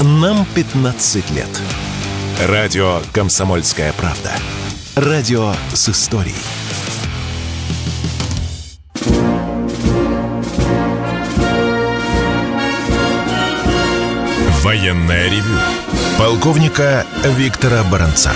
Нам 15 лет. Радио «Комсомольская правда». Радио с историей. Военное ревю полковника Виктора Баранца.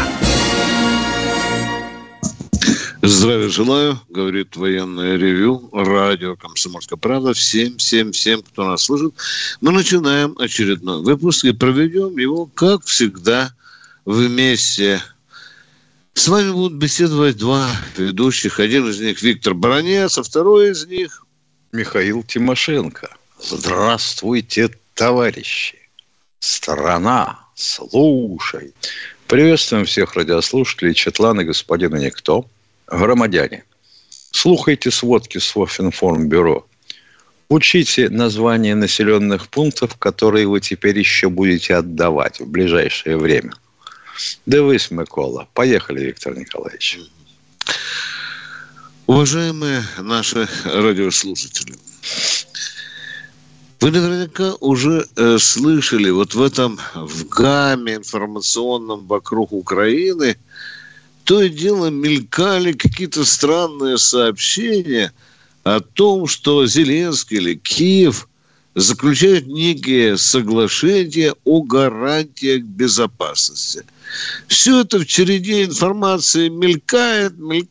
Здравия желаю, говорит военное ревю, радио «Комсомольская правда». Всем, кто нас слышит. Мы начинаем очередной выпуск и проведем его, как всегда, вместе. С вами будут беседовать два ведущих. Один из них Виктор Баранец, а второй из них Михаил Тимошенко. Здравствуйте, товарищи. Страна, слушай. Приветствуем всех радиослушателей, Четлана, господина Никто. Громадяне, слухайте сводки Софинформбюро. Учите названия населенных пунктов, которые вы теперь еще будете отдавать в ближайшее время. Дивись, Микола. Поехали, Виктор Николаевич. Уважаемые наши радиослушатели, вы наверняка уже слышали вот в этом в гамме информационном вокруг Украины то и дело мелькали какие-то странные сообщения о том, что Зеленский или Киев заключают некие соглашения о гарантиях безопасности. Все это в череде информации мелькает,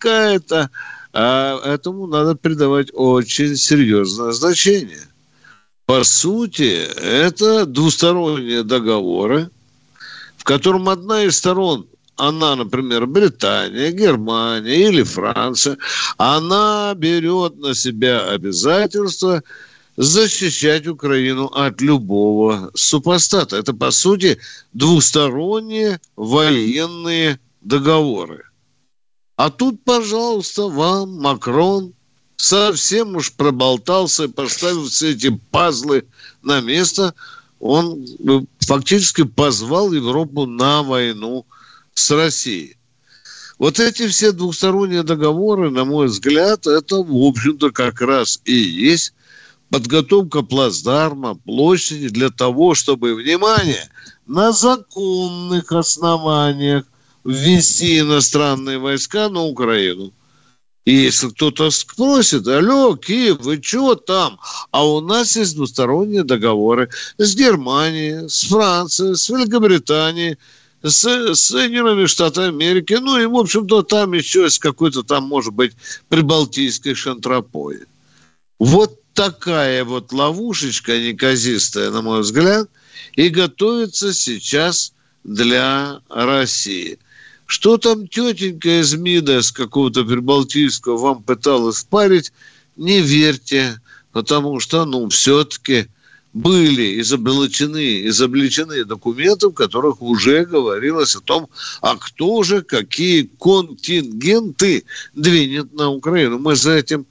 а этому надо придавать очень серьезное значение. По сути, это двусторонние договоры, в котором одна из сторон, она, например, Британия, Германия или Франция, она берет на себя обязательство защищать Украину от любого супостата. Это, по сути, двусторонние военные договоры. А тут, пожалуйста, вам Макрон совсем уж проболтался и поставил все эти пазлы на место. Он фактически позвал Европу на войну с Россией. Вот эти все двухсторонние договоры, на мой взгляд, это, в общем-то, как раз и есть подготовка плацдарма, площади для того, чтобы, внимание, на законных основаниях ввести иностранные войска на Украину. И если кто-то спросит: алло, Киев, вы чего там? А у нас есть двусторонние договоры с Германией, с Францией, с Великобританией, с Соединенными Штатами Америки, ну и, в общем-то, там еще есть какой-то там, может быть, прибалтийской шантропой. Вот такая вот ловушечка неказистая, на мой взгляд, и готовится сейчас для России. Что там тетенька из МИДа с какого-то прибалтийского вам пыталась впарить, не верьте, потому что, все-таки были изобличены документы, в которых уже говорилось о том, а кто же какие контингенты двинет на Украину. Мы за этим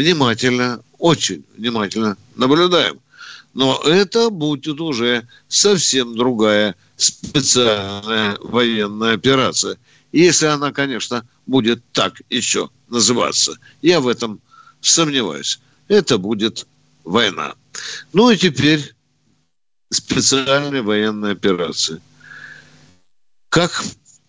очень внимательно наблюдаем. Но это будет уже совсем другая специальная военная операция. Если она, конечно, будет так еще называться. Я в этом сомневаюсь. Это будет война. Ну и теперь специальная военная операция. Как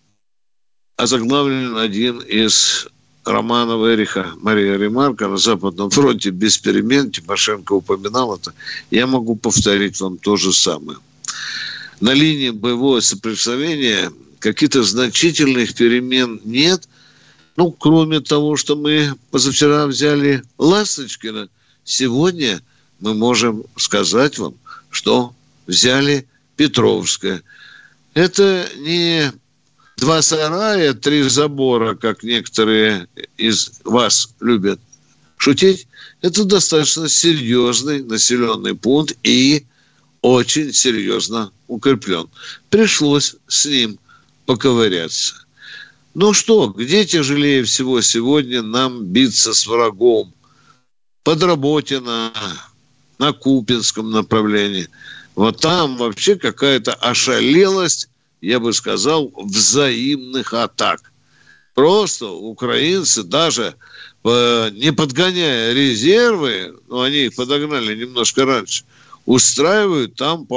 озаглавлен один из романов Эриха Мария Ремарка «На Западном фронте без перемен», Тимошенко упоминал это, я могу повторить вам то же самое. На линии боевого соприкосновения каких-то значительных перемен нет, кроме того, что мы позавчера взяли Ласточкино. Сегодня мы можем сказать вам, что взяли Петровское. Это не 2 сарая, 3 забора, как некоторые из вас любят шутить. Это достаточно серьезный населенный пункт и очень серьезно укреплен. Пришлось с ним поковыряться. Что, где тяжелее всего сегодня нам биться с врагом? Подработано на Купинском направлении. Вот там вообще какая-то ошалелость, я бы сказал, взаимных атак. Просто украинцы, даже не подгоняя резервы, они их подогнали немножко раньше, устраивают там по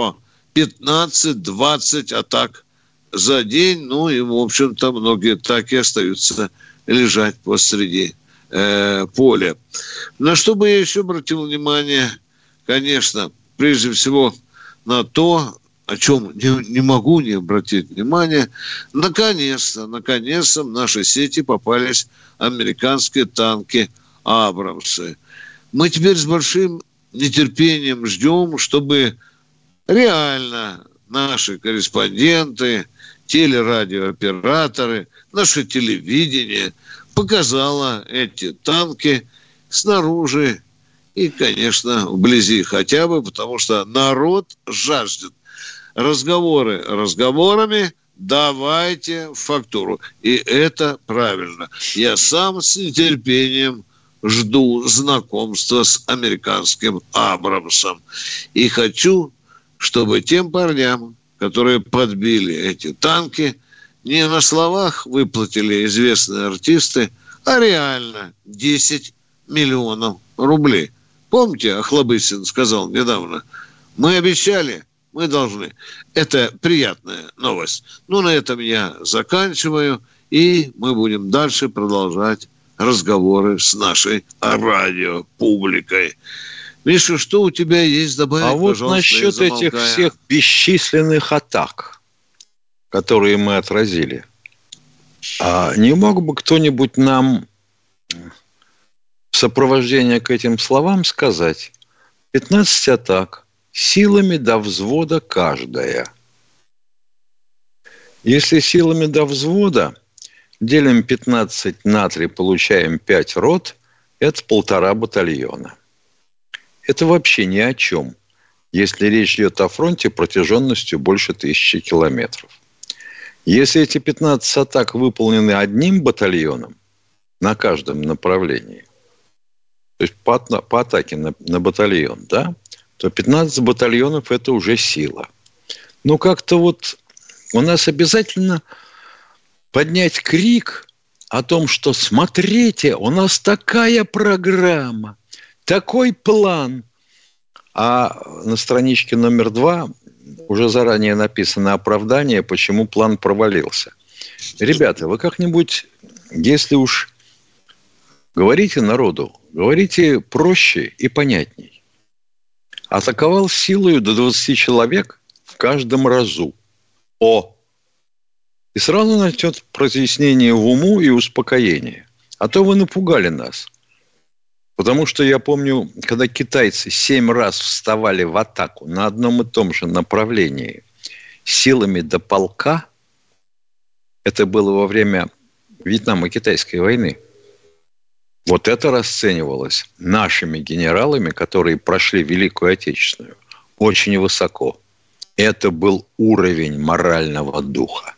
15-20 атак за день. Ну и, в общем-то, многие так и остаются лежать посреди поля. На что бы я еще обратил внимание, конечно, прежде всего на то, о чем не могу не обратить внимание, наконец-то в наши сети попались американские танки «Абрамсы». Мы теперь с большим нетерпением ждем, чтобы реально наши корреспонденты, телерадиооператоры, наше телевидение показало эти танки снаружи и, конечно, вблизи хотя бы, потому что народ жаждет. Разговоры разговорами, давайте фактуру. И это правильно. Я сам с нетерпением жду знакомства с американским «Абрамсом». И хочу, чтобы тем парням, которые подбили эти танки, не на словах выплатили известные артисты, а реально 10 миллионов рублей. Помните, Охлобыстин сказал недавно, мы обещали, мы должны. Это приятная новость. Ну, на этом я заканчиваю, и мы будем дальше продолжать разговоры с нашей радиопубликой. Миша, что у тебя есть добавить? А вот насчет этих всех бесчисленных атак, которые мы отразили, не мог бы кто-нибудь нам в сопровождение к этим словам сказать 15 атак силами до взвода каждая? Если силами до взвода делим 15 на 3, получаем 5 рот, это 1,5 батальона. Это вообще ни о чем, если речь идет о фронте протяженностью больше 1000 километров. Если эти 15 атак выполнены одним батальоном на каждом направлении, то есть по атаке на батальон, да, то 15 батальонов – это уже сила. Но как-то вот у нас обязательно поднять крик о том, что смотрите, у нас такая программа, такой план. А на страничке номер 2 уже заранее написано оправдание, почему план провалился. Ребята, вы как-нибудь, если уж говорите народу, говорите проще и понятней. Атаковал силою до 20 человек в каждом разу. И сразу начнет разъяснение в уму и успокоение. А то вы напугали нас. Потому что я помню, когда китайцы 7 раз вставали в атаку на одном и том же направлении силами до полка, это было во время Вьетнамо-Китайской войны. Вот это расценивалось нашими генералами, которые прошли Великую Отечественную, очень высоко. Это был уровень морального духа.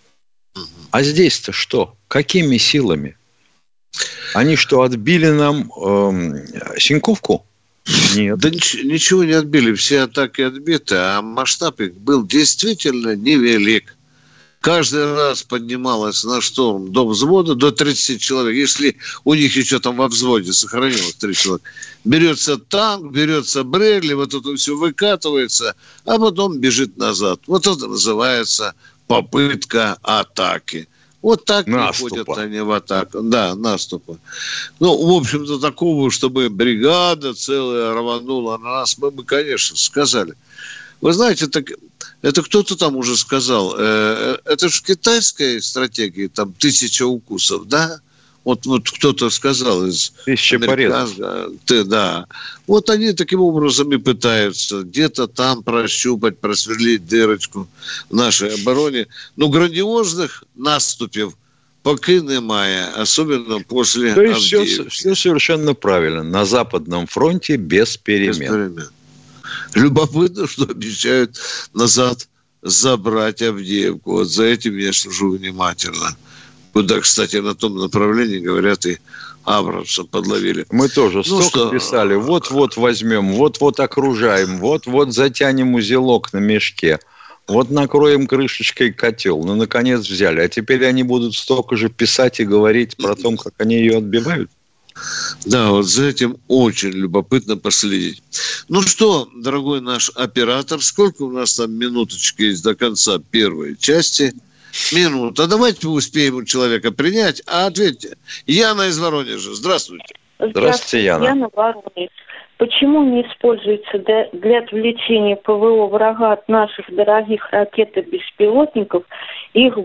А здесь-то что? Какими силами? Они что, отбили нам Синьковку? Нет. Да ничего не отбили. Все атаки отбиты, а масштаб их был действительно невелик. Каждый раз поднималось на штурм до взвода, до 30 человек. Если у них еще там во взводе сохранилось 30 человек. Берется танк, берется Бредли, вот это все выкатывается, а потом бежит назад. Вот это называется попытка атаки. Вот так приходят они в атаку. Да, наступа. Ну, в общем-то, такого, чтобы бригада целая рванула на нас, мы бы, конечно, сказали. Вы знаете, так, это кто-то там уже сказал, это же в китайской стратегии, там 1000 укусов, да? Вот кто-то сказал из 1000 порезов. Да. Вот они таким образом и пытаются где-то там прощупать, просверлить дырочку в нашей обороне. Но грандиозных наступов поки немає, особенно после Авдеевки. То есть все совершенно правильно. На Западном фронте без перемен. Любопытно, что обещают назад забрать Авдеевку. Вот за этим я слежу внимательно. Куда, кстати, на том направлении, говорят, и Абрамса подловили. Мы тоже столько писали. Вот-вот возьмем, вот-вот окружаем, вот-вот затянем узелок на мешке, вот накроем крышечкой котел. Ну, наконец взяли. А теперь они будут столько же писать и говорить про то, как они ее отбивают. Да, вот за этим очень любопытно последить. Ну что, дорогой наш оператор, сколько у нас там минуточки есть до конца первой части? Минута. Давайте успеем у человека принять. А ответьте. Яна из Воронежа. Здравствуйте. Здравствуйте, Яна. Яна, Воронеж. Почему не используется для отвлечения ПВО врага от наших дорогих ракет и беспилотников их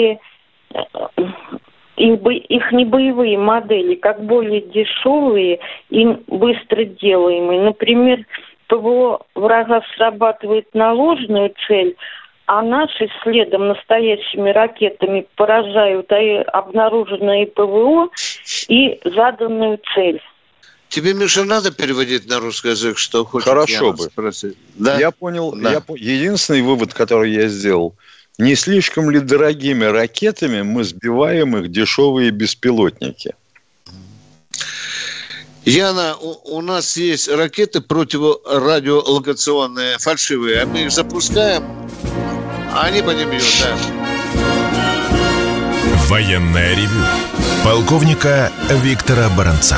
небоевые модели, как более дешевые и быстро делаемые? Например, ПВО врага срабатывает на ложную цель, а наши следом настоящими ракетами поражают обнаруженные ПВО и заданную цель. Тебе, Миша, надо переводить на русский язык, что хочет Хорошо Яна бы. спросить? Да? Я понял. Да. Единственный вывод, который я сделал, не слишком ли дорогими ракетами мы сбиваем их дешевые беспилотники? Яна, у нас есть ракеты противорадиолокационные, фальшивые, а мы их запускаем, а они по ним бьют, да. Военное ревю полковника Виктора Баранца.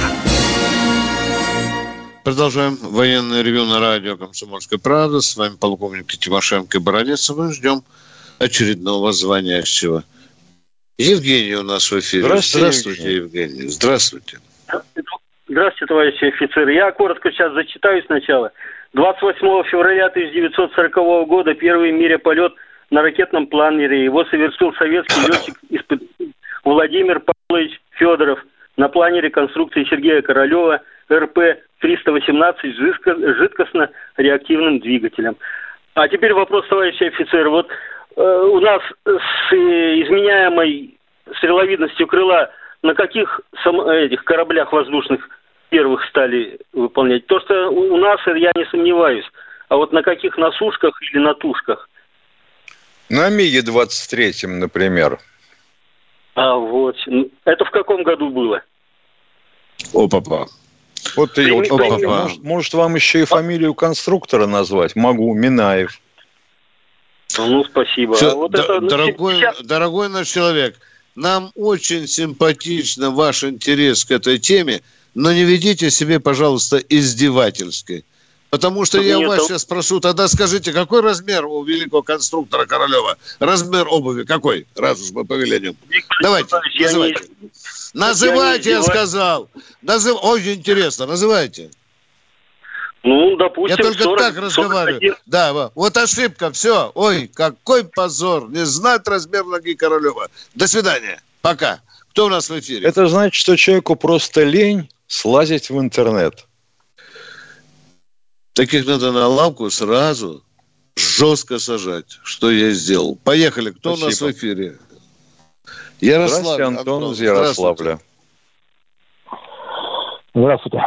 Продолжаем военное ревю на радио «Комсомольская правда». С вами полковник Тимошенко и Баранец. Мы ждем очередного звонящего. Евгений у нас в эфире. Здравствуйте, Евгений. Здравствуйте. Здравствуйте, товарищи офицеры. Я коротко сейчас зачитаю сначала. 28 февраля 1940 года первый в мире полет на ракетном планере. Его совершил советский летчик-испытатель Владимир Павлович Федоров на планере конструкции Сергея Королева РП-318 с жидкостно-реактивным двигателем. А теперь вопрос, товарищи офицеры. Вот у нас с изменяемой стреловидностью крыла на каких этих кораблях воздушных первых стали выполнять? То, что у нас, я не сомневаюсь. А вот на каких, на сушках или на тушках? На МиГе-23, например. А вот. Это в каком году было? Опа-па. Вот и может, вам еще и фамилию конструктора назвать? Могу, Минаев. Ну, спасибо. Все, вот дорогой наш человек, нам очень симпатичен ваш интерес к этой теме, но не ведите себе, пожалуйста, издевательски. Потому что я вас сейчас спрошу, тогда скажите, какой размер у великого конструктора Королева? Размер обуви какой? Раз уж мы по велению. Давайте, называйте. Называйте, я сказал. Очень интересно, называйте. Ну, допустим, я только 40, так разговариваю. 41. Да, вот ошибка, все. Ой, какой позор. Не знать размер ноги Королева. До свидания. Пока. Кто у нас в эфире? Это значит, что человеку просто лень слазить в интернет. Таких надо на лавку сразу жестко сажать, что я сделал. Поехали. Кто у нас в эфире? Ярослав. Здравствуйте, Антон из Ярославля. Здравствуйте.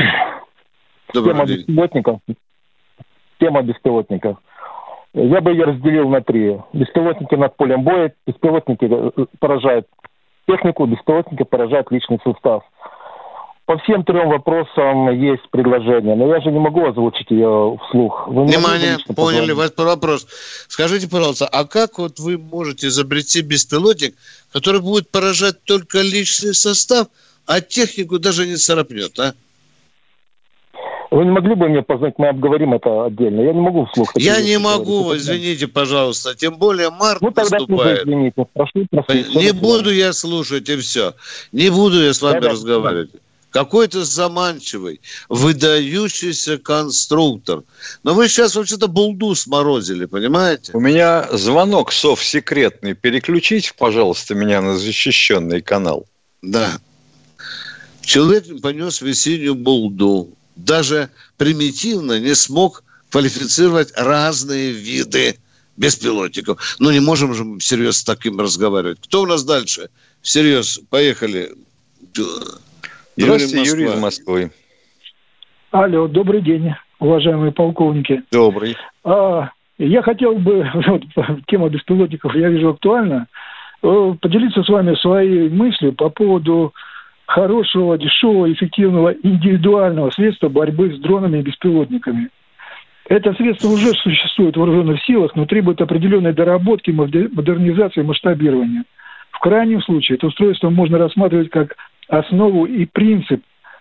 Тема беспилотников. Я бы ее разделил на три. Беспилотники над полем боя, беспилотники поражают технику, беспилотники поражают личный состав. По всем трем вопросам есть предложение, но я же не могу озвучить ее вслух. Внимание, поняли ваш вопрос. Скажите, пожалуйста, а как вот вы можете изобрести беспилотник, который будет поражать только личный состав, а технику даже не царапнет, а? Вы не могли бы мне позвонить, мы обговорим это отдельно. Я не могу вслух. Я не могу, извините, пожалуйста. Тем более март наступает. Извините, прошу. Не буду я слушать, и все. Не буду я с вами разговаривать. Какой-то заманчивый, выдающийся конструктор. Но вы сейчас вообще-то булду сморозили, понимаете? У меня звонок совсекретный. Переключите, пожалуйста, меня на защищенный канал. Да. Человек понес весеннюю булду. Даже примитивно не смог квалифицировать разные виды беспилотников. Ну, не можем же мы всерьез с таким разговаривать. Кто у нас дальше? Всерьез, поехали. Здравствуйте, Юрий из Москвы. Алло, добрый день, уважаемые полковники. Добрый. Я хотел бы, тема беспилотников, я вижу, актуальна, поделиться с вами своей мыслью по поводу хорошего, дешевого, эффективного, индивидуального средства борьбы с дронами и беспилотниками. Это средство уже существует в вооруженных силах, но требует определенной доработки, модернизации, масштабирования. В крайнем случае это устройство можно рассматривать как основу и принцип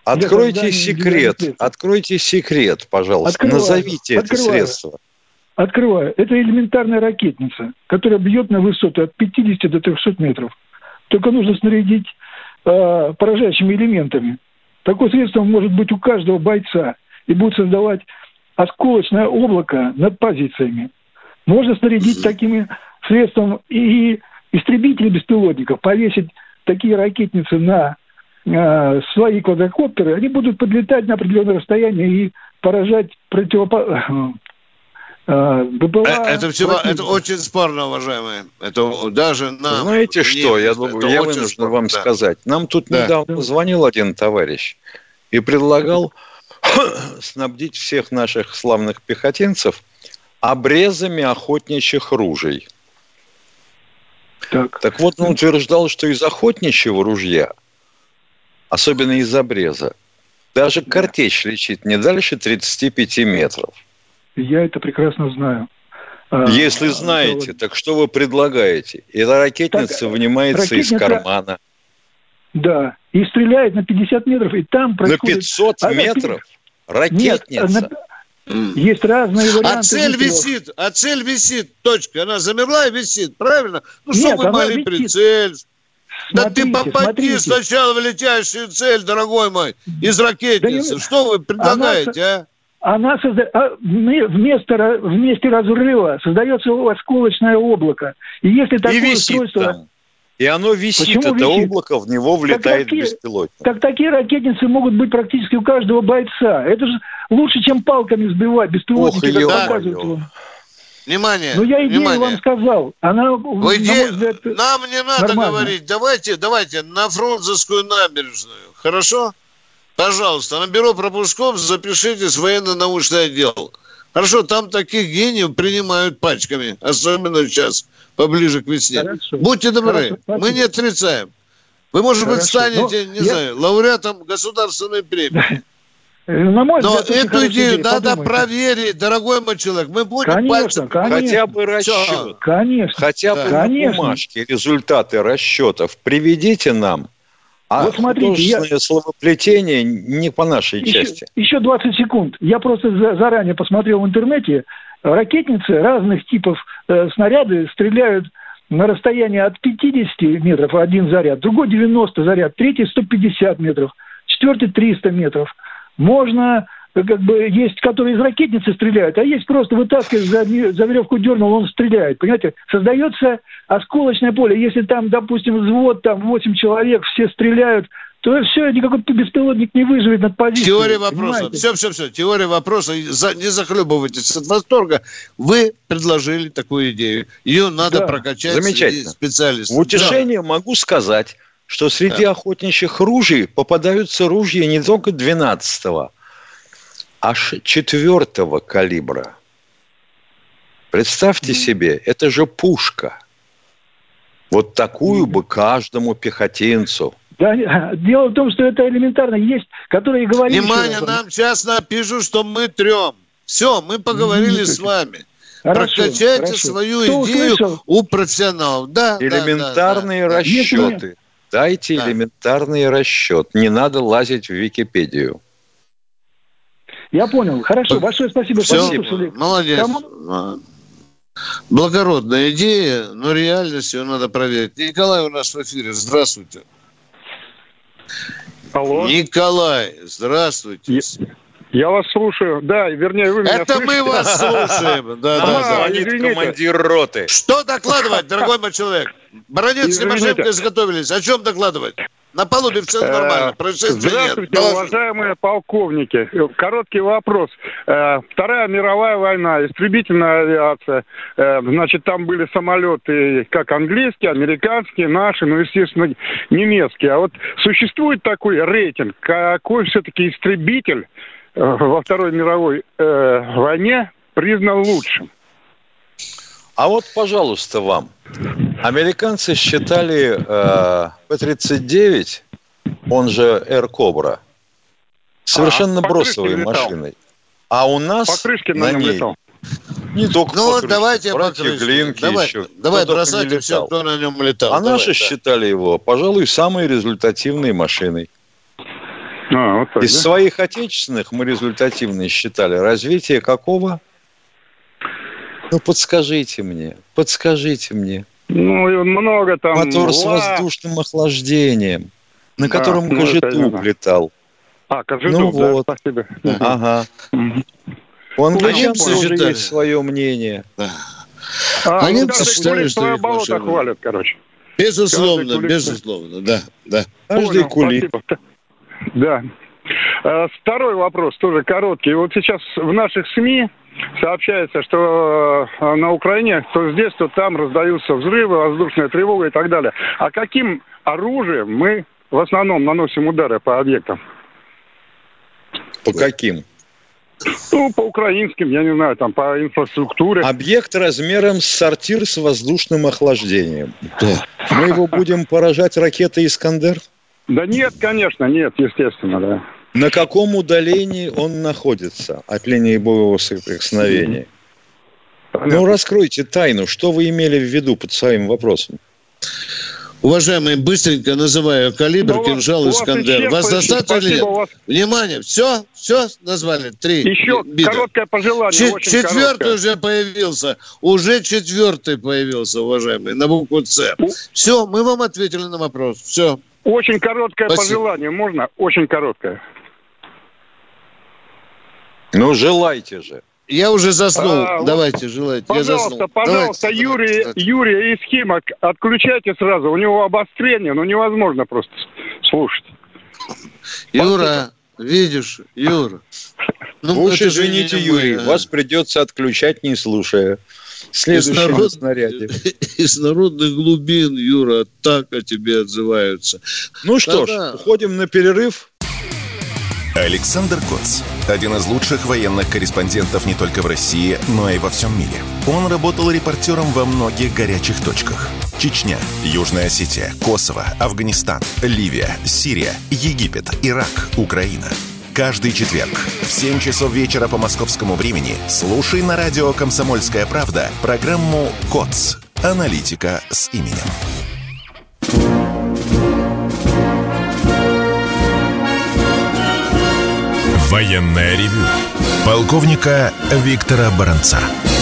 Откройте секрет, пожалуйста. Назовите это средство. Открываю. Это элементарная ракетница, которая бьет на высоту от 50 до 300 метров. Только нужно снарядить поражающими элементами. Такое средство может быть у каждого бойца и будет создавать осколочное облако над позициями. Можно снарядить таким средством и истребители беспилотников, повесить такие ракетницы на свои квадрокоптеры, они будут подлетать на определенное расстояние и поражать БПЛА. Это очень спорно, уважаемые. Это даже нам... Знаете что, я вынужден вам сказать. Нам тут недавно звонил один товарищ и предлагал снабдить всех наших славных пехотинцев обрезами охотничьих ружей. Так вот, он утверждал, что из охотничьего ружья, особенно из обреза, даже картечь летит не дальше 35 метров. Я это прекрасно знаю. Если знаете, так что вы предлагаете? Эта ракетница вынимается из кармана. Да, и стреляет на 50 метров, и там происходит... На 500 метров? Ракетница? Есть разные варианты. А цель висит, точка. Она замерла и висит, правильно? Ну, что вы могли прицелиться? Да ты попади сначала в летящую цель, дорогой мой, из ракетницы. Что вы предлагаете, а? Она вместе разрыва создается осколочное облако. И если такое устройство... Там. И оно висит, это облако, в него влетает беспилотник. Так такие ракетницы могут быть практически у каждого бойца. Это же лучше, чем палками сбивать беспилотники. Внимание! Ну, я идею вам сказал. Нам не надо говорить. Давайте на Фрунзенскую набережную. Хорошо? Пожалуйста, на бюро пропусков запишитесь в военно-научный отдел. Хорошо, там таких гениев принимают пачками, особенно сейчас, поближе к весне. Хорошо. Будьте добры, мы не отрицаем. Вы, может быть, станете, знаю, лауреатом государственной премии. Но эту идею надо проверить, дорогой мой человек. Мы будем пальцем... Хотя бы расчет. Хотя бы на бумажке результаты расчетов приведите нам. А вот смотрите, словоплетение не по нашей части. Еще 20 секунд. Я просто заранее посмотрел в интернете. Ракетницы разных типов снаряды стреляют на расстоянии от 50 метров один заряд, другой 90 заряд, третий 150 метров, четвертый 300 метров. Можно, есть, которые из ракетницы стреляют, а есть просто вытаскиваешь за веревку дернул, он стреляет. Понимаете? Создается осколочное поле. Если там, допустим, взвод, там 8 человек, все стреляют, то все, никакой беспилотник не выживет над позицией. Теория вопроса. Все. Теория вопроса. Не захлебывайтесь от восторга. Вы предложили такую идею. Ее надо прокачать. Замечательно. Специалистам. В утешение могу сказать, что среди охотничьих ружей попадаются ружья не только 12-го, аж 4-го калибра. Представьте себе, это же пушка. Вот такую бы каждому пехотинцу. Да, дело в том, что это элементарно. Есть, которые говорили... Внимание, нам сейчас напишут, что мы трем. Все, мы поговорили с вами. Прокачайте свою идею у профессионалов. Элементарные расчеты. Дайте элементарный расчет. Не надо лазить в Википедию. Я понял. Хорошо. Большое спасибо. Молодец. Благородная идея, но реальность ее надо проверить. Николай у нас в эфире. Здравствуйте. Алло. Николай, здравствуйте. Я вас слушаю. Да, вернее, вы меня слышите. Это мы вас слушаем. Звонит командир роты. Что докладывать, дорогой мой человек? Баранец и Тимошенко изготовились. О чем докладывать? На палубе все нормально. Здравствуйте, уважаемые полковники. Короткий вопрос. Вторая мировая война, истребительная авиация. Значит, там были самолеты как английские, американские, наши, ну, естественно, немецкие. А вот существует такой рейтинг, какой все-таки истребитель во Второй мировой войне признан лучшим? А вот, пожалуйста, вам. Американцы считали П-39, он же Air Cobra, совершенно бросовой машиной. А у нас на ней летал. Не только давайте братья Глинки еще. Давай бросайте все, кто на нем летал. А наши считали его, пожалуй, самой результативной машиной. Вот так, Из да? своих отечественных мы результативно считали развитие какого? Ну, подскажите мне. Ну, и много там... Мотор с воздушным охлаждением, на котором Кожедуб летал. Кожедуб, ну вот. Спасибо. Ага. У англичан тоже есть свое мнение. Они каждый свое болото хвалят, короче. Безусловно, да. Каждый кулик. Да. Второй вопрос, тоже короткий. Вот сейчас в наших СМИ сообщается, что на Украине то здесь, то там раздаются взрывы, воздушная тревога и так далее. А каким оружием мы в основном наносим удары по объектам? По каким? Ну, по украинским, я не знаю, там, по инфраструктуре. Объект размером с сортир с воздушным охлаждением. Да. Мы его будем поражать ракетой «Искандер»? Да нет, конечно, нет, естественно, да. На каком удалении он находится от линии боевого соприкосновения? Понятно. Ну, раскройте тайну. Что вы имели в виду под своим вопросом? Уважаемые, быстренько называю калибр, кинжал, «Искандер». Вас достаточно или нет? Внимание, все назвали. 3. Еще короткое пожелание. Четвертый уже появился. Уже четвертый появился, уважаемые, на букву «С». Все, мы вам ответили на вопрос. Все. Очень короткое пожелание. Можно? Очень короткое. Ну, желайте же. Я уже заснул. Давайте, желайте. Пожалуйста, Юрия из Химок отключайте сразу. У него обострение, но невозможно просто слушать. Юра, видишь, Юра. Ну, уж извините, Юрий, вас придется отключать, не слушая. Следующий снаряде. Из народных глубин, Юра, так о тебе отзываются. Ну что ж, уходим на перерыв. Александр Коц. Один из лучших военных корреспондентов не только в России, но и во всем мире. Он работал репортером во многих горячих точках. Чечня, Южная Осетия, Косово, Афганистан, Ливия, Сирия, Египет, Ирак, Украина. Каждый четверг в 7 часов вечера по московскому времени слушай на радио «Комсомольская правда» программу «КОЦ. Аналитика с именем». Военное ревю полковника Виктора Баранца.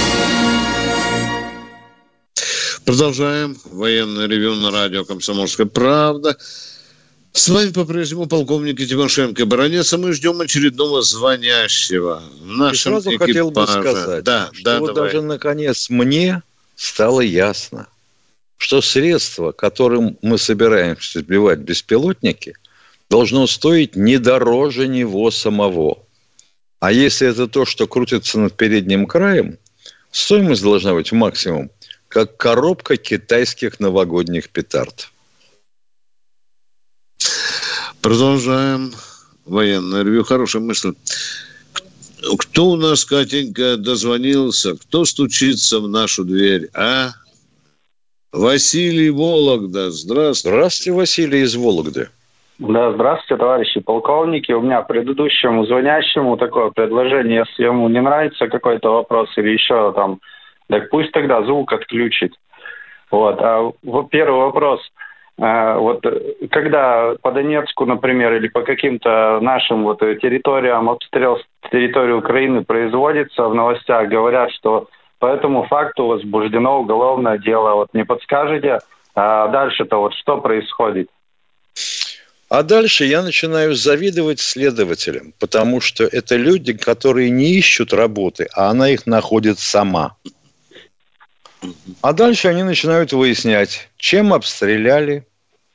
Продолжаем военное ревю на радио «Комсомольская правда». С вами по-прежнему полковник Тимошенко Баранец, а мы ждем очередного звонящего в нашем экипаже. Сразу хотел бы сказать, что вот даже наконец мне стало ясно, что средство, которым мы собираемся сбивать беспилотники, должно стоить не дороже него самого. А если это то, что крутится над передним краем, стоимость должна быть максимум, как коробка китайских новогодних петард. Продолжаем военное ревью. Хорошая мысль. Кто у нас, Катенька, дозвонился? Кто стучится в нашу дверь, а? Василий, Вологда. Здравствуйте. Здравствуйте, Василий из Вологды. Да, здравствуйте, товарищи полковники. У меня предыдущему звонящему такое предложение, если ему не нравится какой-то вопрос или еще там, так пусть тогда звук отключит. Вот. А первый вопрос. Вот когда по Донецку, например, или по каким-то нашим вот территориям обстрел с территории Украины производится, в новостях говорят, что по этому факту возбуждено уголовное дело. Вот не подскажете, а дальше-то вот что происходит? А дальше я начинаю завидовать следователям, потому что это люди, которые не ищут работы, а она их находит сама. А дальше они начинают выяснять, чем обстреляли,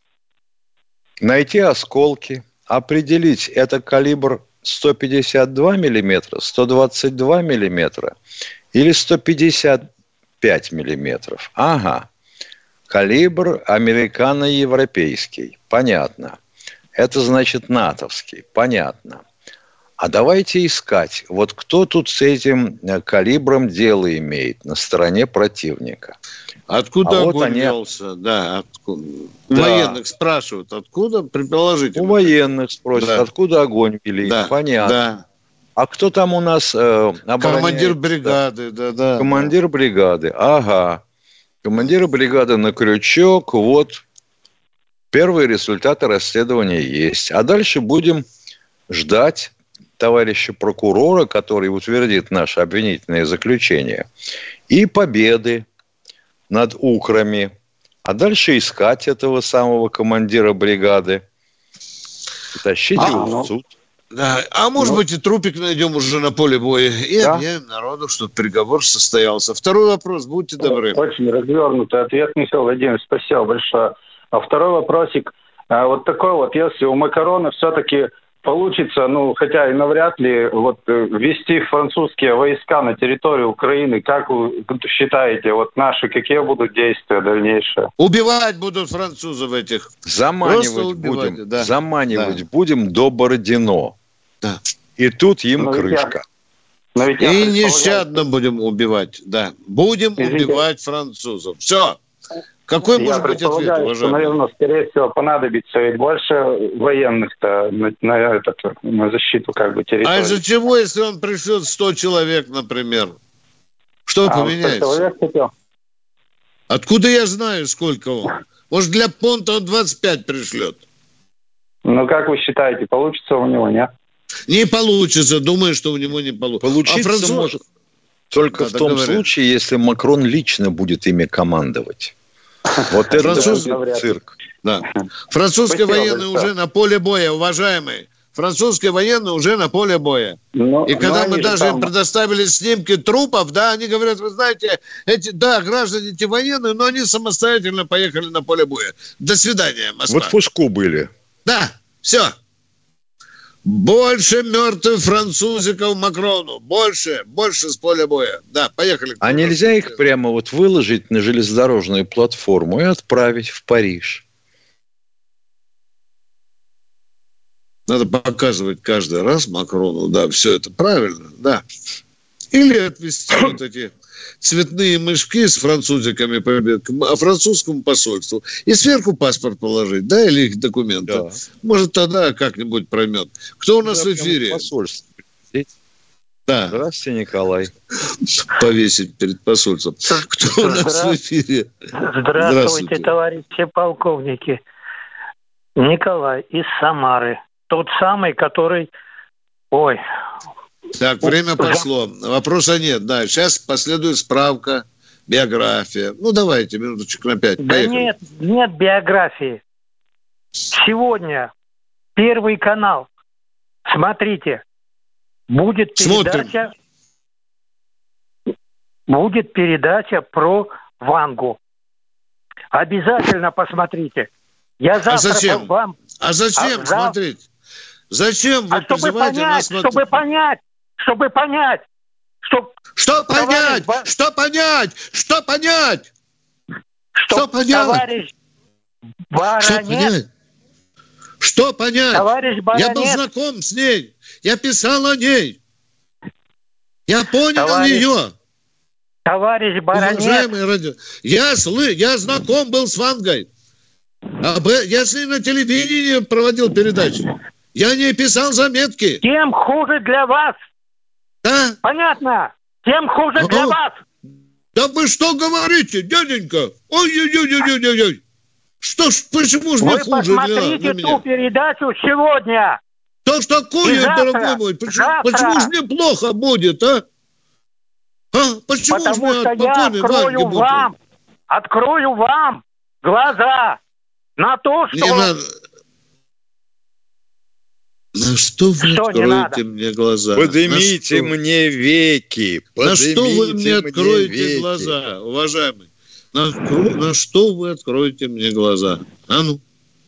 найти осколки, определить, это калибр 152 миллиметра, 122 миллиметра или 155 миллиметров. Ага, калибр американо-европейский, понятно. Это значит натовский, понятно. А давайте искать, вот кто тут с этим калибром дело имеет на стороне противника. Откуда огонь велся? Да, откуда? Да. Военных спрашивают, откуда, предположительно. У военных спросят, да. Откуда огонь вели, да. Понятно. Да. А кто там у нас обороняет? Командир бригады, да. Командир бригады, ага. Командир бригады на крючок, вот. Первые результаты расследования есть. А дальше будем ждать товарища прокурора, который утвердит наше обвинительное заключение, и победы над украми, а дальше искать этого самого командира бригады и тащить его в суд. Да. А может быть, и трупик найдем уже на поле боя и объявим народу, что приговор состоялся. Второй вопрос, будьте добры. Очень развернутый ответ, Михаил Владимирович, спасибо большое. А второй вопросик, вот такой вот, если у Макрона все-таки получится, ну, хотя и навряд ли, вот ввести французские войска на территорию Украины, как вы считаете, вот наши какие будут действия дальнейшие? Убивать будут французов этих. Заманивать будем до Бородино. Да. И тут им крышка. И нещадно будем убивать. Да. Будем убивать французов. Все. Какой может быть ответ, уважаемый? Что, наверное, скорее всего, понадобится ведь больше военных-то на защиту как бы территории. А из-за чего, если он пришлет 100 человек, например? Что поменяется? 100 человек хотел. Откуда я знаю, сколько он? Может, для понта он 25 пришлет? Ну, как вы считаете, получится у него, нет? Не получится. Думаю, что у него не получится. Получиться может только в том случае, если Макрон лично будет ими командовать. Вот это цирк. Да. Французские военные уже на поле боя, уважаемые. Французские военные уже на поле боя. И когда мы даже им предоставили снимки трупов, да, они говорят, вы знаете, граждане эти военные, но они самостоятельно поехали на поле боя. До свидания, Москва. Вот в Пуску были. Да, все. Больше мертвых французиков Макрону. Больше с поля боя. Да, поехали. А нельзя их прямо вот выложить на железнодорожную платформу и отправить в Париж? Надо показывать каждый раз Макрону, да, все это правильно, да. Или отвезти вот эти цветные мешки с французиками по французскому посольству и сверху паспорт положить, да, или их документы. Да. Может, тогда как-нибудь проймет. Кто у нас в эфире? Посольство. Да. Здравствуйте, Николай. Повесить перед посольством. Кто у нас в эфире? Здравствуйте, товарищи полковники. Николай из Самары. Тот самый, который... Ой... Так, время пошло. Вопроса нет. Да, сейчас последует справка, биография. Ну, давайте, минуточек на 5. Да нет биографии. Сегодня Первый канал. Смотрите. Будет передача про Вангу. Обязательно посмотрите. Я завтра зачем? Зачем смотреть? Зачем вы призываете нас смотреть? Чтобы понять. Что понять? Товарищ Баранец. Что понять? Товарищ Баранец. Я был знаком с ней. Я писал о ней. Я понял ее. Товарищ Баранец. Уважаемые радио, я знаком был с Вангой. Я с ней на телевидении проводил передачи. Я не писал заметки. Тем хуже для вас. Да? Понятно. Тем хуже для вас. Да вы что говорите, дяденька? Ой-ой-ой-ой-ой-ой. Почему же мне хуже для меня? Вы посмотрите ту передачу сегодня. Да что такое, дорогой мой? Почему же мне плохо будет, а? Почему же мне от покойной Ванги будет? Открою вам глаза на то, что... Не надо. На что вы откроете мне глаза? Поднимите мне веки. На что вы мне откроете глаза, уважаемый? На что вы откроете мне глаза? А ну?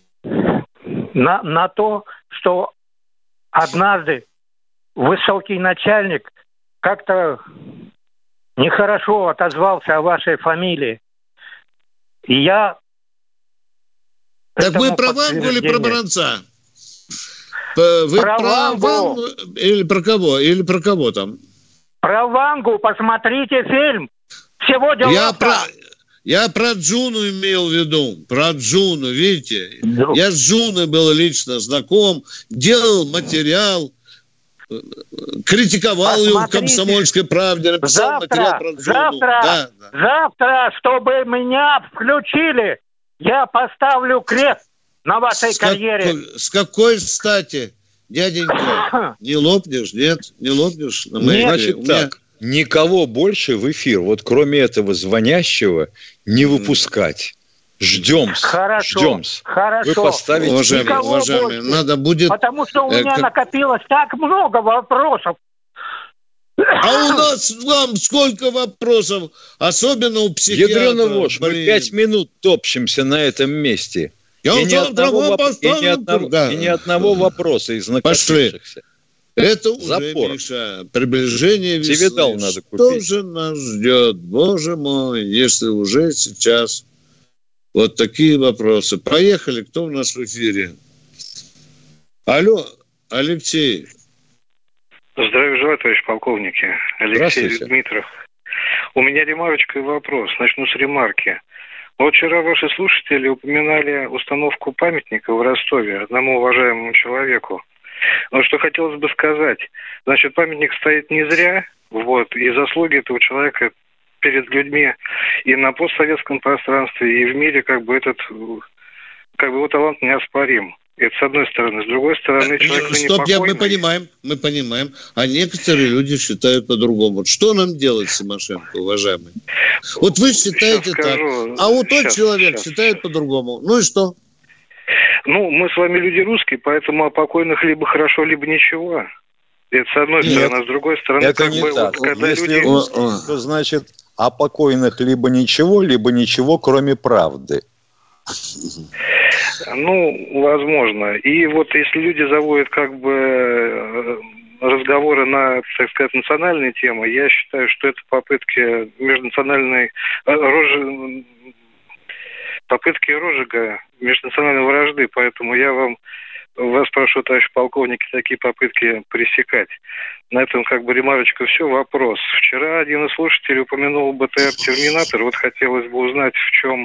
На то, что однажды высокий начальник как-то нехорошо отозвался о вашей фамилии. И я... Так вы про Вангу или про Баранца? Вы про Вангу или про кого? Или про кого там? Про Вангу посмотрите фильм. Сегодня Я про Джуну имел в виду. Про Джуну, видите? Я с Джуной был лично знаком, делал материал, критиковал ее в «Комсомольской правде», написал материал про Джуну. Завтра, чтобы меня включили, я поставлю крест на вашей карьере. С какой стати? Дяденька, не лопнешь, нет? Не лопнешь? На моей Значит так, никого больше в эфир, вот кроме этого звонящего, не выпускать. Ждем-с. Хорошо. Вы поставите... Уважаемые, надо будет... Потому что у меня накопилось так много вопросов. А у нас вам сколько вопросов, особенно у психиатра. Ядрёна вошь, мы 5 минут топчемся на этом месте. И ни одного вопроса из накопившихся. Это уже, Миша, приближение весны. Цивидал надо купить. Что же нас ждет, боже мой, если уже сейчас вот такие вопросы. Поехали, кто у нас в эфире? Алло, Алексей. Здравия желаю, товарищ полковники. Алексей Дмитров. У меня ремарочка и вопрос. Начну с ремарки. Вот вчера ваши слушатели упоминали установку памятника в Ростове одному уважаемому человеку. Но что хотелось бы сказать. Значит, памятник стоит не зря, вот, и заслуги этого человека перед людьми и на постсоветском пространстве, и в мире, его талант неоспорим. Это с одной стороны. С другой стороны, человек мы понимаем. А некоторые люди считают по-другому. Что нам делать, Симошенко, уважаемый? Вот вы считаете так, а вот тот человек считает по-другому. Ну и что? Ну, мы с вами люди русские, поэтому о покойных либо хорошо, либо ничего. Это с одной стороны. А с другой стороны, это не так. Если русские, то значит о покойных либо ничего, кроме правды. Ну, возможно. И вот если люди заводят разговоры на, так сказать, национальные темы, я считаю, что это попытки межнациональной попытки розжига межнациональной вражды. Поэтому я вас прошу, товарищ полковник, такие попытки пресекать. На этом ремарочка все. Вопрос. Вчера один из слушателей упомянул БТР «Терминатор». Вот хотелось бы узнать, в чем...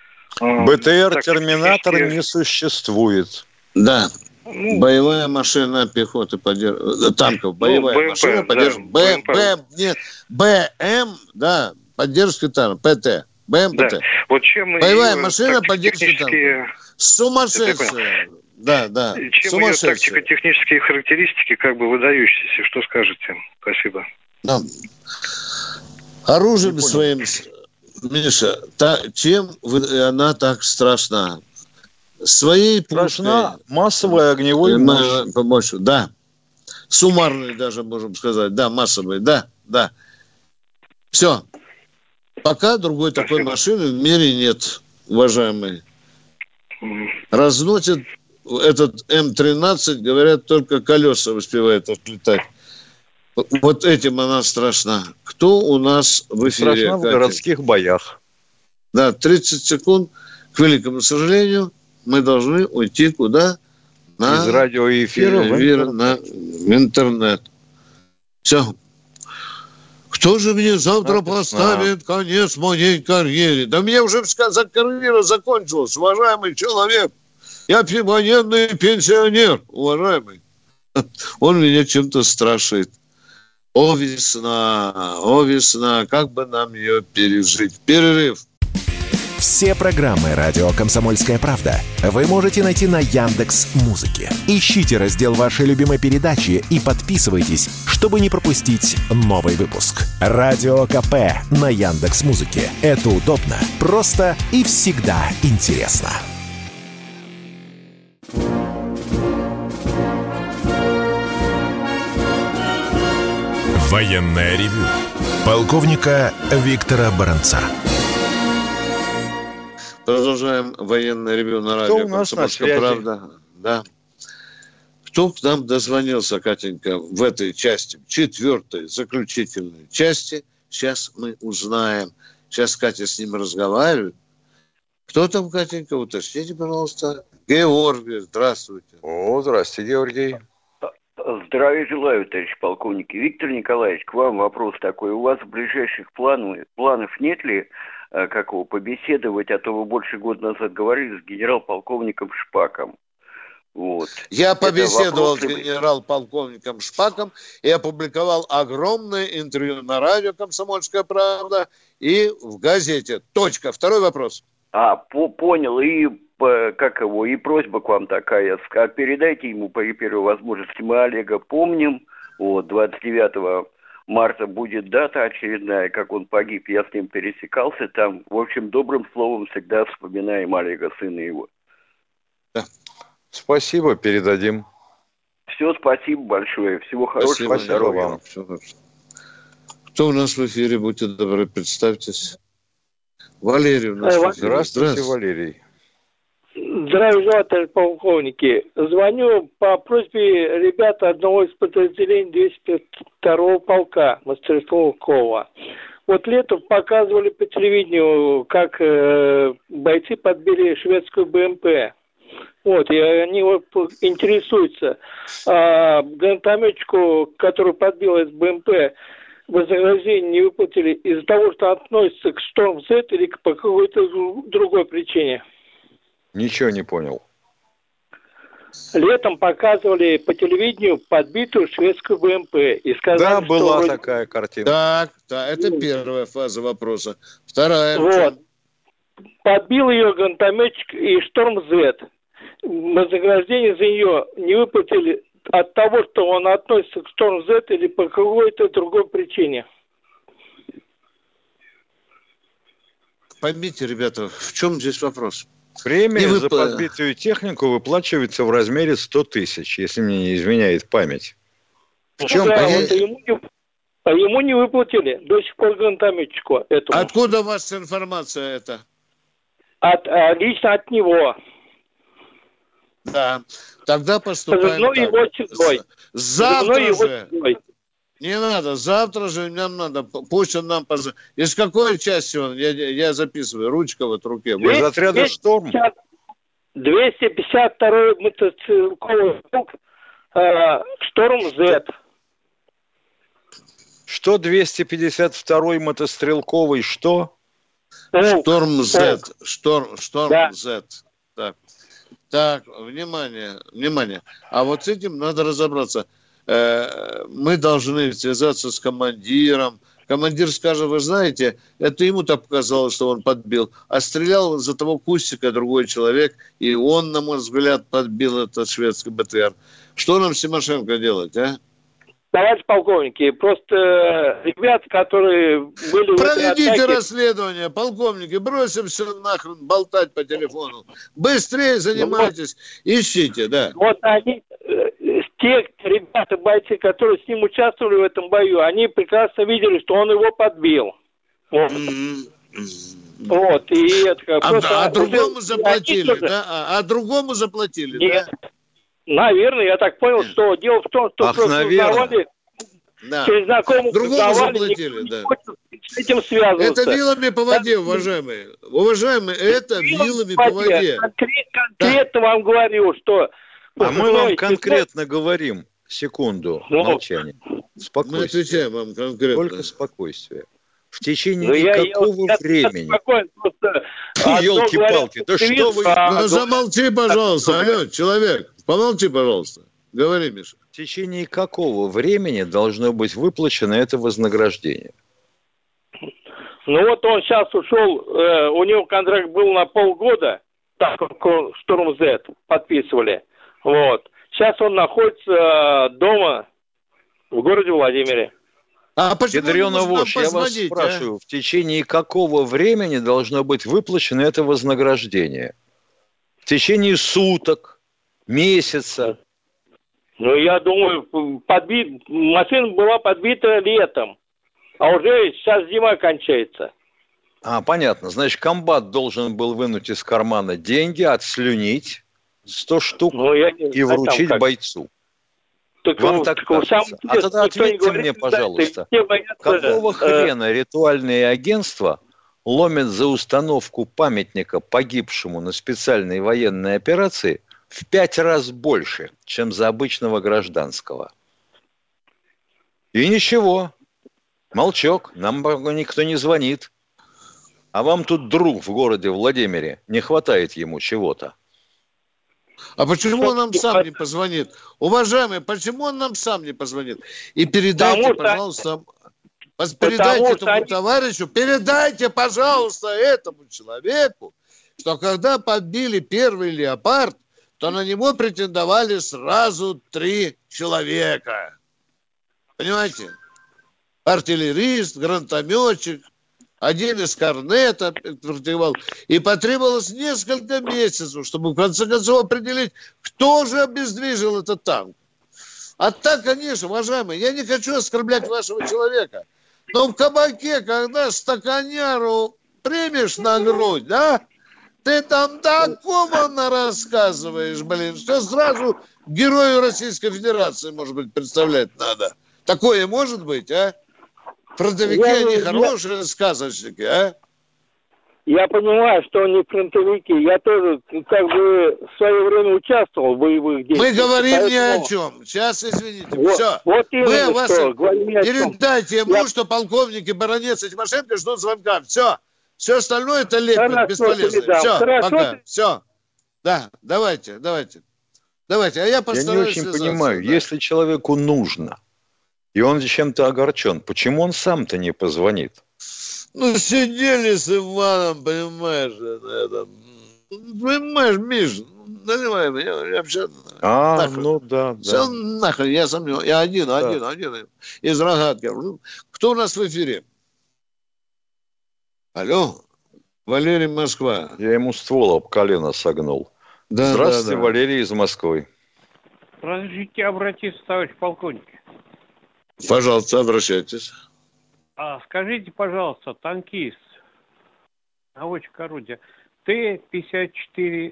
БТР «Терминатор» не существует. Да. Боевая машина пехоты танков. Боевая машина поддержки. БМ, да, поддержки танков. ПТ. БМПТ. Да. Вот чем боевая машина поддержки танков. Сумасшедшая. Да. Чем ее тактико-технические характеристики выдающиеся? Что скажете? Спасибо. Да. Оружием своим... Миша, чем она так страшна? Своей страшна массовой огневой мощью. Да. Суммарной даже, можем сказать. Да, массовой. Да. Все. Пока другой такой машины в мире нет, уважаемые. Разносит этот М-13, говорят, только колеса успевают отлетать. Вот этим она страшна. Кто у нас в эфире? Страшна в городских боях. Да, 30 секунд. К великому сожалению, мы должны уйти куда? Из радиоэфира в интернет. Все. Кто же мне завтра поставит конец моей карьере? Да мне уже карьера закончилась, уважаемый человек. Я военный пенсионер, уважаемый. Он меня чем-то страшит. О, весна, как бы нам ее пережить? Перерыв. Все программы «Радио Комсомольская правда» вы можете найти на Яндекс.Музыке. Ищите раздел вашей любимой передачи и подписывайтесь, чтобы не пропустить новый выпуск. Радио КП на Яндекс.Музыке. Это удобно, просто и всегда интересно. Военное ревю полковника Виктора Баранца. Продолжаем военное ревю на радио «Комсомольская правда». Да. Кто к нам дозвонился, Катенька, в этой части, 4-й, заключительной части? Сейчас мы узнаем. Сейчас Катя с ним разговаривает. Кто там, Катенька? Уточните, пожалуйста. Георгий, здравствуйте. Здравствуйте, Георгий. Здравия желаю, товарищ полковник. Виктор Николаевич, к вам вопрос такой. У вас в ближайших планов нет ли побеседовать, а то вы больше года назад говорили с генерал-полковником Шпаком. Вот. Я побеседовал с генерал-полковником Шпаком и опубликовал огромное интервью на радио «Комсомольская правда» и в газете. Точка. Второй вопрос. Понял. И и просьба к вам такая. Передайте ему при первой возможности. Мы Олега помним. 29 марта будет дата очередная, как он погиб. Я с ним пересекался там. В общем, добрым словом всегда вспоминаем Олега, сына его. Да. Спасибо, передадим. Все, спасибо большое. Всего хорошего. Спасибо вам. Кто у нас в эфире? Будьте добры, представьтесь. Валерий у нас в эфире. Здравствуйте, Валерий. Здравия желаю, товарищ полковники. Звоню по просьбе ребят одного из подразделений 202-го полка Мастерского. Вот летом показывали по телевидению, как бойцы подбили шведскую БМП. И они интересуются. Гранатометчику, который подбил из БМП, вознаграждение не выплатили из-за того, что относится к Шторм Z или по какой-то другой причине? Ничего не понял. Летом показывали по телевидению подбитую шведскую БМП. И сказали, была такая картина. Так, это первая фаза вопроса. Вторая. Подбил ее гранатометчик и Шторм Z. Вознаграждение за нее не выплатили от того, что он относится к Шторм Z или по какой-то другой причине. Поймите, ребята, в чем здесь вопрос? Премия за подбитую технику выплачивается в размере 100 тысяч, если мне не изменяет память. В чем? Ему не выплатили до сих пор гранатометчику этому. Откуда у вас информация эта? Лично от него. Да. Тогда поступаем так. Завтра же. Не надо. Завтра же нам надо. Пусть он нам позвонит. Из какой части он? Я записываю. Ручка в руке. Из отряда «Шторм». 252-й мотострелковый полк «Шторм Z». Что 252-й мотострелковый что? «Шторм Z». «Шторм Z». Так, внимание. А вот с этим надо разобраться. Мы должны связаться с командиром. Командир скажет, вы знаете, это ему-то показалось, что он подбил. А стрелял из-за того кустика другой человек, и он, на мой взгляд, подбил этот шведский БТР. Что нам, Симошенко, делать, а? Товарищ полковники, просто ребята, которые были... Проведите расследование, полковники, бросим все нахрен болтать по телефону. Быстрее занимайтесь, ищите, да. Вот они, те ребята, бойцы, которые с ним участвовали в этом бою, они прекрасно видели, что он его подбил. И это другому заплатили, да? Другому заплатили, нет. Да? Наверное, я так понял, что дело в том, что просто узнавали, через знакомых узнавали, да. с этим связываться. Это вилами по воде, уважаемые. Уважаемые, это вилами по воде. Конкретно вам говорю, что... А мы вам конкретно говорим. Секунду, молчание. Мы отвечаем вам конкретно. Только спокойствие. В течение какого времени? Ёлки-палки, да что вы... Ну замолчи, пожалуйста, алло, человек. Помолчи, пожалуйста. Говори, Миша. В течение какого времени должно быть выплачено это вознаграждение? Он сейчас ушел, у него контракт был на полгода, так как «Шторм Z» подписывали. Сейчас он находится дома в городе Владимире. Ядрёна вошь, я вас спрашиваю, в течение какого времени должно быть выплачено это вознаграждение? В течение суток? Месяца? Я думаю, машина была подбита летом, а уже сейчас зима кончается. Понятно. Значит, комбат должен был вынуть из кармана деньги, отслюнить 100 штук и вручить бойцу. Вам так кажется. А тогда ответьте мне, пожалуйста, какого хрена ритуальные агентства ломят за установку памятника погибшему на специальной военной операции в 5 раз больше, чем за обычного гражданского? И ничего. Молчок. Нам никто не звонит. А вам тут друг в городе Владимире. Не хватает ему чего-то. А почему он нам сам не позвонит? Уважаемые, почему он нам сам не позвонит? И передайте, пожалуйста, передайте этому товарищу, передайте, пожалуйста, этому человеку что когда подбили первый «Леопард», то на него претендовали сразу 3 человека. Понимаете? Артиллерист, гранатометчик, один из корнета практиковал. И потребовалось несколько месяцев, чтобы в конце концов определить, кто же обездвижил этот танк. А так, конечно, уважаемые, я не хочу оскорблять вашего человека, но в кабаке, когда стаканяру примешь на грудь, да, ты там такого рассказываешь, что сразу герою Российской Федерации, может быть, представлять надо. Такое может быть, а? Фронтовики, они хорошие сказочники, а? Я понимаю, что они фронтовики. Я тоже как бы в свое время участвовал в боевых действиях. Мы говорим ни о чем. Сейчас, извините. Вот, все. Вот Мы вас передайте ему, что полковник и баронец и Тимошенко ждут звонка. Все. Все остальное это лепит, бесполезно. Все, пока. Все. Да, давайте. А я постараюсь. Я не очень понимаю, да. Если человеку нужно, и он чем-то огорчен, почему он сам-то не позвонит? Ну, сидели с Иваном, понимаешь, понимаешь, Миш, наливай меня, я вообще... ну да. Все нахрен, я сомневаюсь, я один из Рогатки. Кто у нас в эфире? Алло, Валерий, Москва. Я ему ствол об колено согнул. Да, здравствуйте, Валерий из Москвы. Разрешите обратиться, товарищ полковник? Пожалуйста, обращайтесь. Скажите, пожалуйста, танкист, наводчик орудия, Т-54,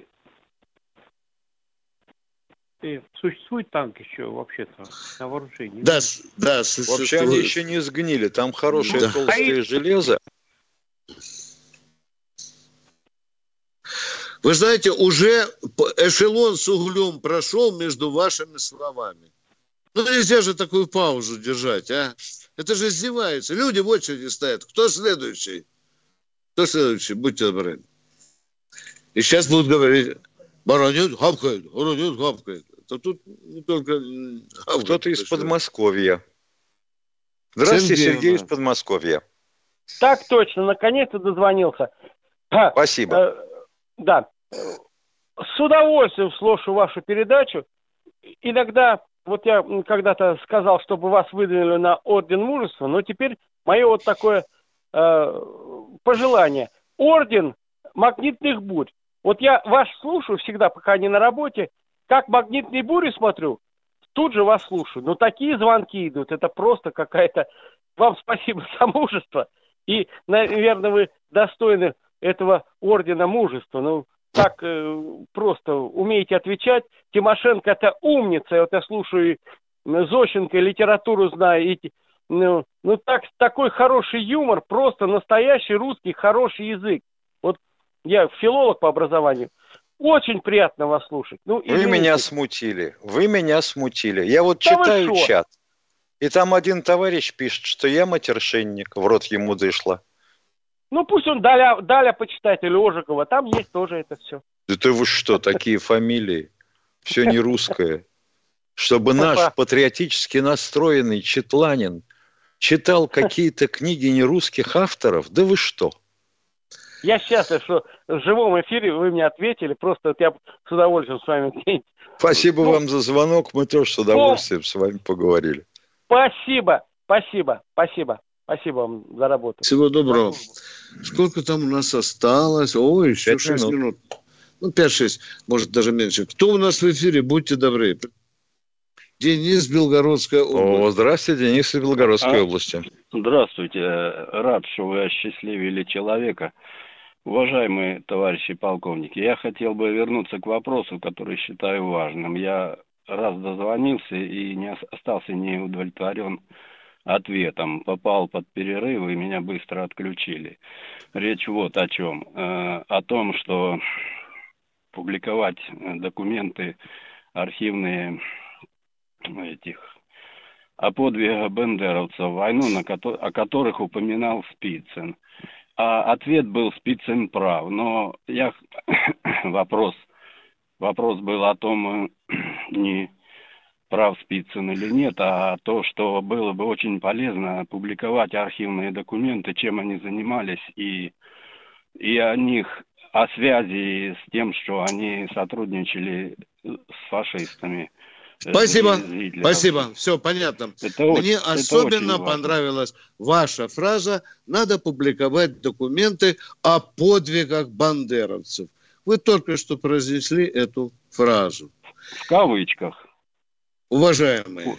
существует танк еще вообще-то на вооружении? Да, существует. Вообще они еще не сгнили, там хорошее толстое железо. Вы знаете, уже эшелон с углем прошел между вашими словами. Ну, нельзя же такую паузу держать, а? Это же издевается. Люди в очереди стоят. Кто следующий? Будьте добры. И сейчас будут говорить, баронет гавкает. То тут не только... Кто-то из Подмосковья. Здравствуйте, Сергей из Подмосковья. Так точно, наконец-то дозвонился. Спасибо. Да. С удовольствием слушаю вашу передачу. Иногда... Вот я когда-то сказал, чтобы вас выдвинули на орден мужества, но теперь мое вот такое пожелание. Орден магнитных бурь. Вот я вас слушаю всегда, пока не на работе. Как магнитные бури смотрю, тут же вас слушаю. Но такие звонки идут, это просто какая-то... Вам спасибо за мужество. И, наверное, вы достойны этого ордена мужества. Ну, так просто умеете отвечать. Тимошенко это умница. Вот я слушаю Зощенко, литературу знаю. Такой хороший юмор, просто настоящий русский хороший язык. Вот я филолог по образованию. Очень приятно вас слушать. Вы меня смутили. Я вот читаю чат. И там один товарищ пишет, что я матершинник. В рот ему дышло. Ну, пусть он Даля почитает или Ожегова. Там есть тоже это все. Это вы что, такие фамилии? Все не русское. Чтобы наш патриотически настроенный четланин читал какие-то книги нерусских авторов? Да вы что? Я счастлив, что в живом эфире вы мне ответили. Просто вот я с удовольствием с вами... Спасибо вам за звонок. Мы тоже с удовольствием с вами поговорили. Спасибо вам за работу. Всего доброго. Сколько там у нас осталось? Ой, еще 6 минут. Ну, 5-6, может, даже меньше. Кто у нас в эфире? Будьте добры. Денис, Белгородская область. Здравствуйте, Денис из Белгородской области. Здравствуйте. Рад, что вы осчастливили человека. Уважаемые товарищи полковники, я хотел бы вернуться к вопросу, который считаю важным. Я раз дозвонился и не остался не удовлетворен ответом. Попал под перерыв, и меня быстро отключили. Речь вот о чем. О том, что публиковать документы архивные о подвигах бандеровцев, войну, о которых упоминал Спицын. А ответ был: Спицын прав. Но вопрос был о том, не прав Спицын или нет, а то, что было бы очень полезно публиковать архивные документы, чем они занимались, и о них о связи с тем, что они сотрудничали с фашистами. Спасибо, спасибо, все понятно. Мне особенно понравилась ваша фраза: надо публиковать документы о подвигах бандеровцев. Вы только что произнесли эту фразу. В кавычках. Уважаемые,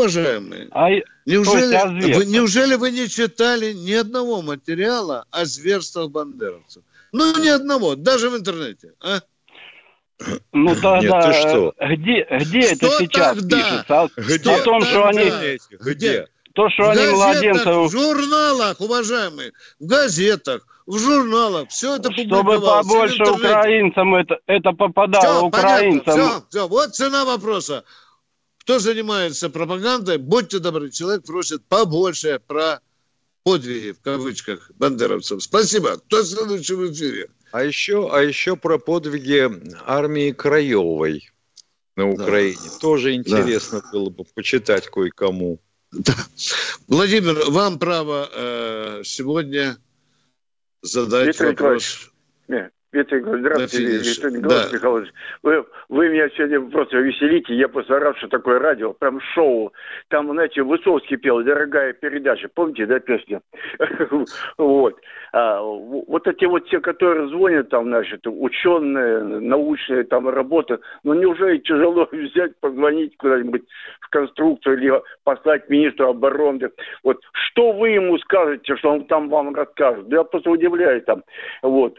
неужели вы не читали ни одного материала о зверствах бандеровцев? Ну, ни одного, даже в интернете, а? Ну тогда где это сейчас пишется? О том, что они... Где? То, что они младенцев... В журналах, уважаемые, в газетах, в журналах, все это публиковалось. Чтобы побольше украинцам это попадало, все, украинцам. Понятно, все, вот цена вопроса. Кто занимается пропагандой, будьте добры, человек просит побольше про подвиги, в кавычках, бандеровцев. Спасибо. Кто следующий в эфире? А еще про подвиги армии Краевой на Украине. Да. Тоже интересно было бы почитать кое-кому. Да. Владимир, вам право сегодня задать Виктор вопрос. Виктор Николаевич, здравствуйте, Виктор Николаевич Михайлович. Вы меня сегодня просто веселите. Я просто рад, что такое радио, прям шоу. Там, знаете, Высоцкий пел «Дорогая передача». Помните, да, песню? Вот. Вот эти вот те, которые звонят, там, значит, ученые, научные там работы, ну, неужели тяжело взять, позвонить куда-нибудь в конструкцию или послать министру обороны? Вот. Что вы ему скажете, что он там вам расскажет? Я просто удивляюсь там. Вот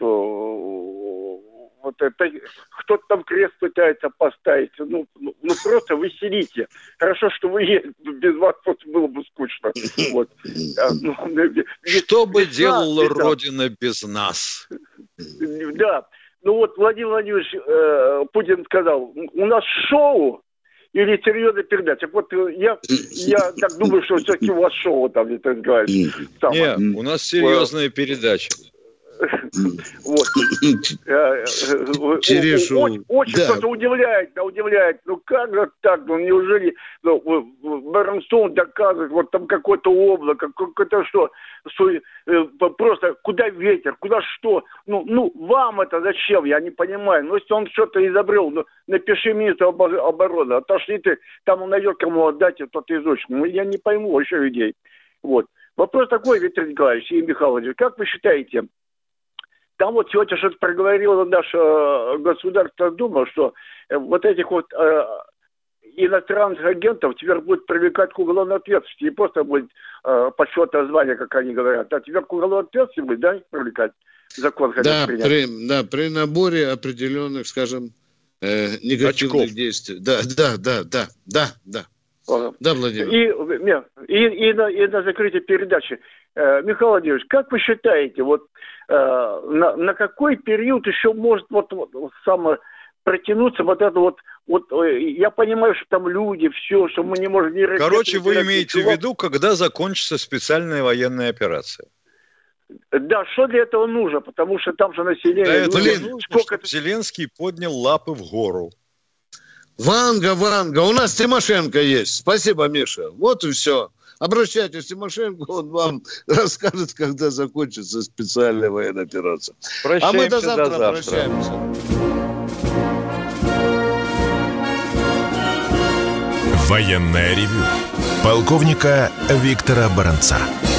это кто-то там крест пытается поставить. Ну просто веселите. Хорошо, что вы есть. Без вас просто было бы скучно. Вот. Что бы делала Родина без нас? Да. Ну вот Владимир Владимирович Путин сказал, у нас шоу или серьезная передача. Вот я так думаю, что все-таки у вас шоу там, это говорит. Нет, у нас серьезная передача. Вот. Очень что-то удивляет. Ну как же так? Ну неужели Бернстоун доказывает, вот там какое-то облако, какое-то что? Просто куда ветер, куда что? Ну вам это зачем? Я не понимаю. Ну если он что-то изобрел, ну напиши министру обороны. Отошли ты, там он найдет кому отдать этот изучить. Ну я не пойму еще идей. Вот. Вопрос такой, Виктор Николаевич и Михайлович, как вы считаете, там вот сегодня что-то проговорила наша Государственная Дума, что вот этих вот иностранных агентов теперь будет привлекать к уголовной ответственности. Не просто будет почетное звание, как они говорят, а теперь к уголовной ответственности будет, да, привлекать? Закон хотят принять. При наборе определенных, скажем, негативных действий. Да. Да, Владимир. И на закрытие передачи. Михаил Владимирович, как вы считаете, вот на какой период еще может протянуться вот это вот, я понимаю, что там люди, все, что мы не можем... Короче, вы имеете в виду, когда закончится специальная военная операция? Да, что для этого нужно? Потому что там же население... Зеленский поднял лапы в гору. Ванга, у нас Тимошенко есть. Спасибо, Миша. Вот и все. Обращайтесь к Тимошенко, он вам расскажет, когда закончится специальная военная операция. Прощаемся, а мы до завтра прощаемся. Военное ревю полковника Виктора Баранца.